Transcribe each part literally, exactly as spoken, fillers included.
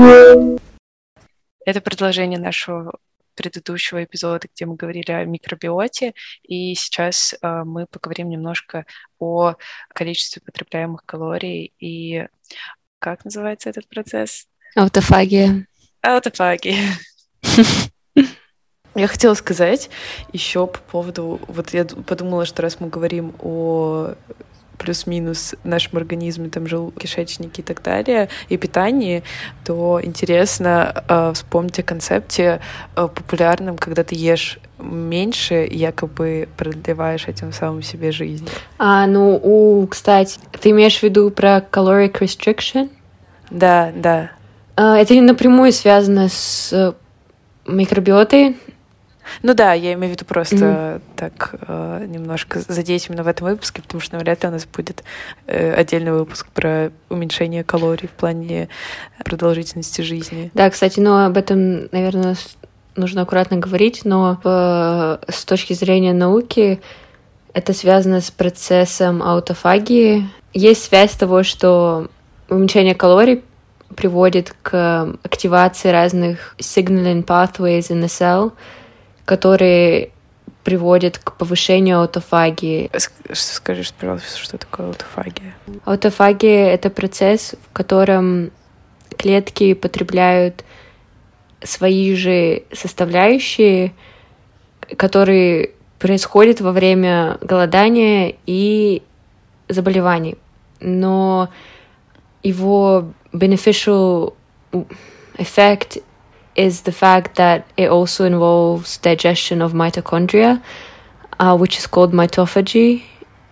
Это продолжение нашего предыдущего эпизода, где мы говорили о микробиоте, и сейчас э, мы поговорим немножко о количестве потребляемых калорий и как называется этот процесс? Аутофагия. Аутофагия. Я хотела сказать еще по поводу... Вот я подумала, что раз мы говорим о плюс-минус нашем организме, там, желудке-кишечнике и так далее, и питании, то интересно э, вспомнить о концепте э, популярном, когда ты ешь меньше, якобы продлеваешь этим самым себе жизнь. А, ну, у, кстати, ты имеешь в виду про caloric restriction? Да, да. А, это не напрямую связано с микробиотой. Ну да, я имею в виду просто mm-hmm. так э, немножко задеть именно в этом выпуске, потому что навряд ли у нас будет э, отдельный выпуск про уменьшение калорий в плане продолжительности жизни. Да, кстати, ну об этом, наверное, нужно аккуратно говорить, но э, с точки зрения науки это связано с процессом аутофагии. Есть связь того, что уменьшение калорий приводит к активации разных signaling pathways in the cell, которые приводят к повышению аутофагии. Скажи, пожалуйста, что такое аутофагия? Аутофагия — это процесс, в котором клетки потребляют свои же составляющие, которые происходят во время голодания и заболеваний. Но его beneficial effect is the fact that it also involves digestion of mitochondria, uh, which is called mitophagy.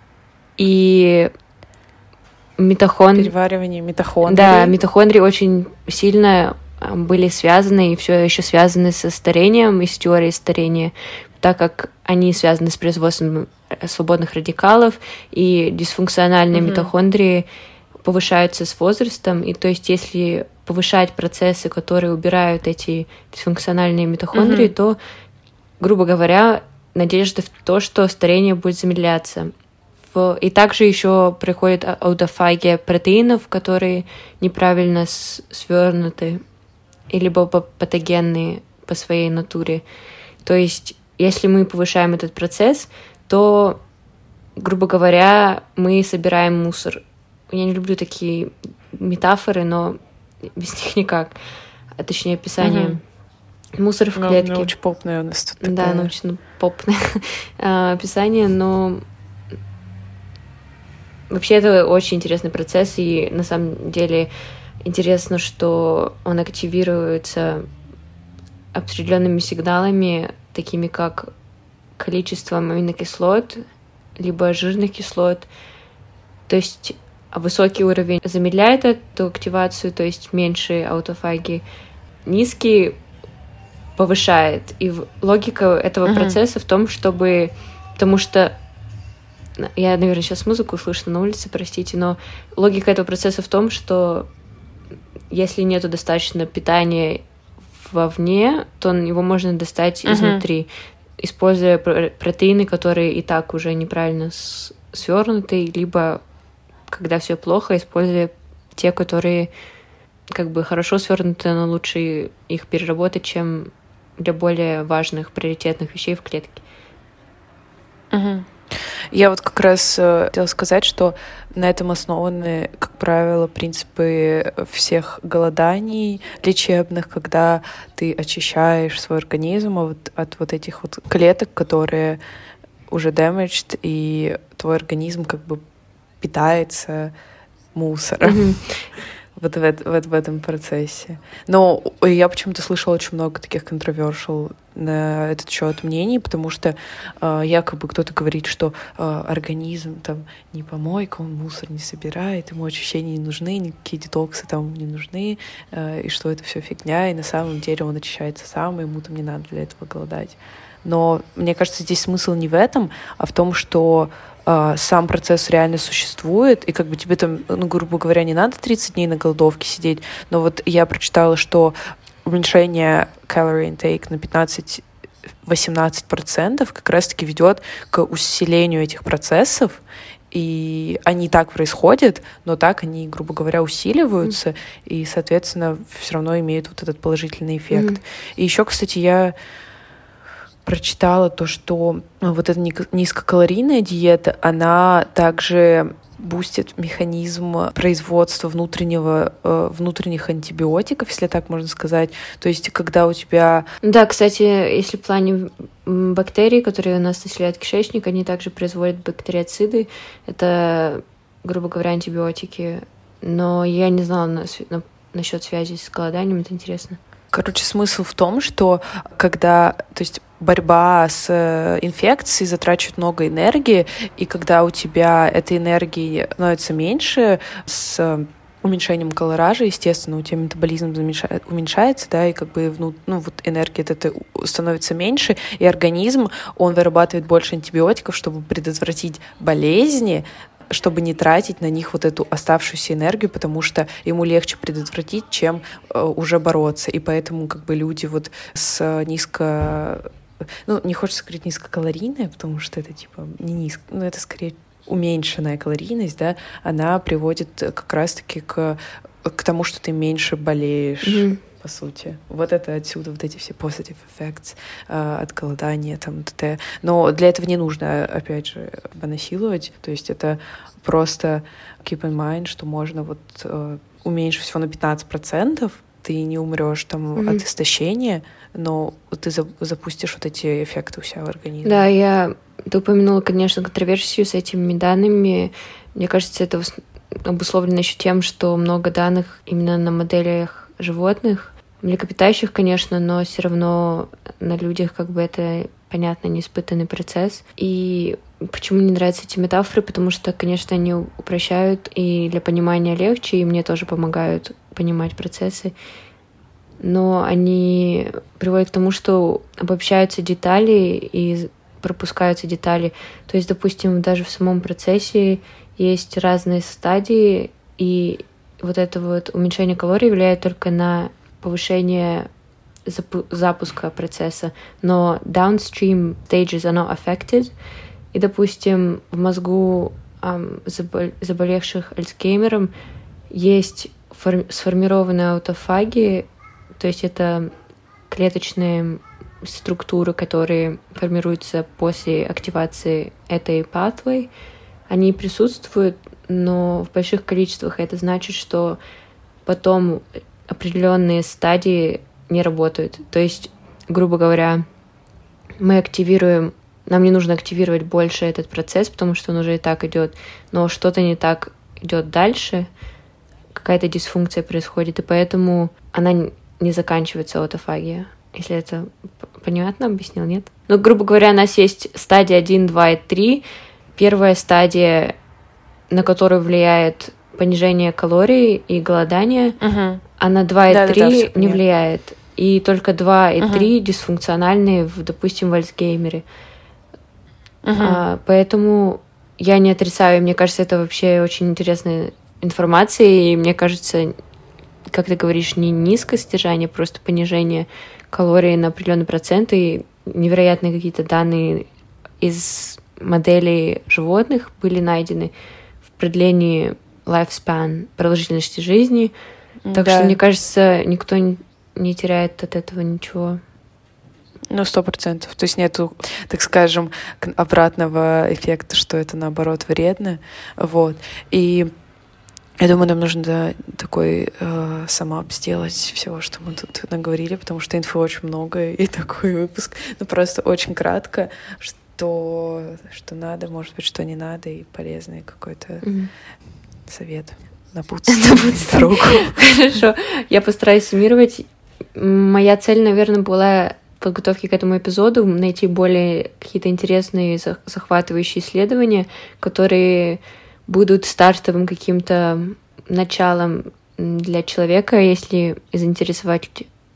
И митохондрии... Переваривание митохондрий. Да, митохондрии очень сильно были связаны и все еще связаны со старением и с теорией старения, так как они связаны с производством свободных радикалов, и дисфункциональные mm-hmm. митохондрии повышаются с возрастом, и то есть если повышать процессы, которые убирают эти дисфункциональные митохондрии, mm-hmm. то, грубо говоря, надежда в то, что старение будет замедляться. И также еще происходит аутофагия протеинов, которые неправильно свернуты, либо патогенные по своей натуре. То есть если мы повышаем этот процесс, то, грубо говоря, мы собираем мусор. Я не люблю такие метафоры, но без них никак. А точнее, описание. Угу. Мусор в клетке. Ну, научно-попное у нас тут такое. Да, научно-попное описание, но вообще это очень интересный процесс, и на самом деле интересно, что он активируется определенными сигналами, такими как количество аминокислот, либо жирных кислот. То есть высокий уровень замедляет эту активацию, то есть меньше аутофагии, низкий повышает. И логика этого uh-huh. процесса в том, чтобы... Потому что... Я, наверное, сейчас музыку слышу на улице, простите, но логика этого процесса в том, что если нету достаточно питания вовне, то его можно достать uh-huh. изнутри, используя протеины, которые и так уже неправильно свернуты, либо когда все плохо, используя те, которые как бы хорошо свернуты, но лучше их переработать, чем для более важных, приоритетных вещей в клетке. Угу. Я вот как раз э, хотела сказать, что на этом основаны, как правило, принципы всех голоданий лечебных, когда ты очищаешь свой организм от, от вот этих вот клеток, которые уже damaged, и твой организм как бы питается мусором. Mm-hmm. Вот в, в, в этом процессе. Но я почему-то слышала очень много таких controversial на этот счет мнений, потому что э, якобы кто-то говорит, что э, организм там не помойка, он мусор не собирает, ему очищения не нужны, никакие детоксы там не нужны, э, и что это все фигня, и на самом деле он очищается сам, и ему там не надо для этого голодать. Но мне кажется, здесь смысл не в этом, а в том, что сам процесс реально существует, и как бы тебе там, ну, грубо говоря, не надо тридцать дней на голодовке сидеть, но вот я прочитала, что уменьшение calorie intake на пятнадцать-восемнадцать процентов как раз-таки ведет к усилению этих процессов, и они так происходят, но так они, грубо говоря, усиливаются, mm. и, соответственно, все равно имеют вот этот положительный эффект. Mm. И еще, кстати, я прочитала то, что вот эта низкокалорийная диета, она также бустит механизм производства внутреннего, э, внутренних антибиотиков, если так можно сказать. То есть, когда у тебя... Да, кстати, если в плане бактерий, которые у нас населяют кишечник, они также производят бактериоциды. Это, грубо говоря, антибиотики. Но я не знала на, на, насчет связи с голоданием, это интересно. Короче, смысл в том, что когда... То есть, борьба с инфекцией затрачивает много энергии, и когда у тебя этой энергии становится меньше, с уменьшением колоража, естественно, у тебя метаболизм уменьшается, да, и как бы ну, ну, вот энергия это становится меньше, и организм, он вырабатывает больше антибиотиков, чтобы предотвратить болезни, чтобы не тратить на них вот эту оставшуюся энергию, потому что ему легче предотвратить, чем э, уже бороться. И поэтому как бы люди вот с низко... Ну, не хочется сказать низкокалорийная, потому что это типа не низко, ну, это скорее уменьшенная калорийность, да, она приводит как раз-таки к, к тому, что ты меньше болеешь, mm-hmm. по сути. Вот это отсюда вот эти все positive effects э, от голодания, там, т.д. Но для этого не нужно, опять же, насиловать, то есть это просто keep in mind, что можно вот э, уменьшить всего на пятнадцать процентов, ты не умрешь там mm-hmm. от истощения, но ты запустишь вот эти эффекты у себя в организме. Да, я... Ты упомянула, конечно, контроверсию с этими данными. Мне кажется, это обусловлено еще тем, что много данных именно на моделях животных, млекопитающих, конечно, но все равно на людях как бы это, понятно, неиспытанный процесс. И почему мне нравятся эти метафоры? Потому что, конечно, они упрощают, и для понимания легче, и мне тоже помогают понимать процессы. Но они приводят к тому, что обобщаются детали и пропускаются детали. То есть, допустим, даже в самом процессе есть разные стадии, и вот это вот уменьшение калорий влияет только на повышение запу- запуска процесса. Но downstream stages are not affected. И, допустим, в мозгу эм, забол- заболевших Альцгеймером есть фор- сформированные аутофаги, то есть это клеточные структуры, которые формируются после активации этой pathway. Они присутствуют, но в больших количествах. Это значит, что потом определенные стадии не работают. То есть, грубо говоря, мы активируем, нам не нужно активировать больше этот процесс, потому что он уже и так идет, но что-то не так идет дальше, какая-то дисфункция происходит, и поэтому она не заканчивается аутофагия. Если это понятно объяснил, нет? Ну, грубо говоря, у нас есть стадия один, два и три. Первая стадия, на которую влияет понижение калорий и голодание, угу. а на два и три да, да, да, не влияет. И только два и три угу. дисфункциональные, в, допустим, в Альцгеймере. Угу. А, поэтому я не отрицаю. Мне кажется, это вообще очень интересная информация. И мне кажется, как ты говоришь, не низкое содержание, просто понижение калорий на определенный процент, и невероятные какие-то данные из моделей животных были найдены в продлении lifespan, продолжительности жизни. Так да. что, мне кажется, никто не теряет от этого ничего. Ну, сто процентов. То есть нету, так скажем, обратного эффекта, что это, наоборот, вредно. Вот. И я думаю, нам нужно да, такой э, самап сделать всего, что мы тут наговорили, потому что инфы очень много, и такой выпуск, ну, просто очень кратко, что, что надо, может быть, что не надо, и полезный какой-то mm-hmm. совет. Напутствие дорогу. Хорошо, я постараюсь суммировать. Моя цель, наверное, была в подготовке к этому эпизоду найти более какие-то интересные, захватывающие исследования, которые будут стартовым каким-то началом для человека, если заинтересовать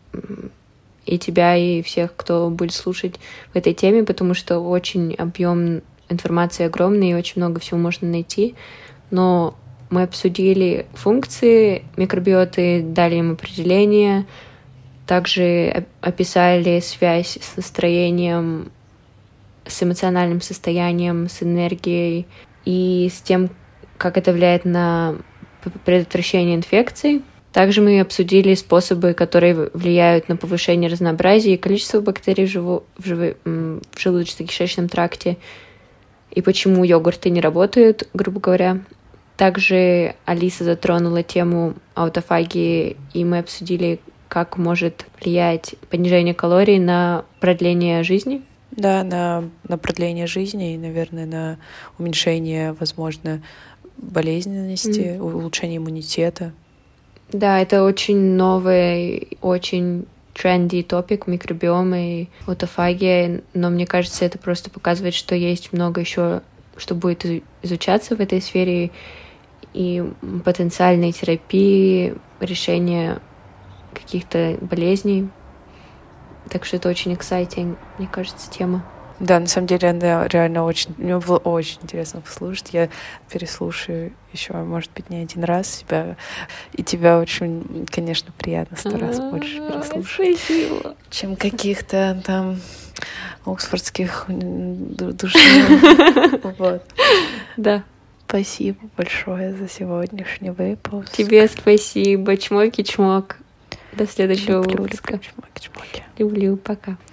и тебя, и всех, кто будет слушать в этой теме, потому что очень объем информации огромный, и очень много всего можно найти. Но мы обсудили функции микробиоты, дали им определение, также описали связь с настроением, с эмоциональным состоянием, с энергией, и с тем, как это влияет на предотвращение инфекций. Также мы обсудили способы, которые влияют на повышение разнообразия и количества бактерий в, живу, в, живо, в желудочно-кишечном тракте, и почему йогурты не работают, грубо говоря. Также Алиса затронула тему аутофагии, и мы обсудили, как может влиять понижение калорий на продление жизни. Да, на, на продление жизни и, наверное, на уменьшение, возможно, болезненности, mm. улучшение иммунитета. Да, это очень новый, очень тренди топик, микробиомы и аутофагия, но мне кажется, это просто показывает, что есть много еще, что будет изучаться в этой сфере, и потенциальной терапии, решения каких-то болезней. Так что это очень exciting, мне кажется, тема. Да, на самом деле, она реально очень... Мне было очень интересно послушать. Я переслушаю еще, может быть, не один раз себя. И тебя очень, конечно, приятно сто раз больше переслушать, спасибо. Чем каких-то там оксфордских душных. Вот. Да. Спасибо большое за сегодняшний выпуск. Тебе спасибо. Чмоки-чмок. До следующего люблю, выпуска. Люблю, чмоки-чмоки. Люблю. Пока.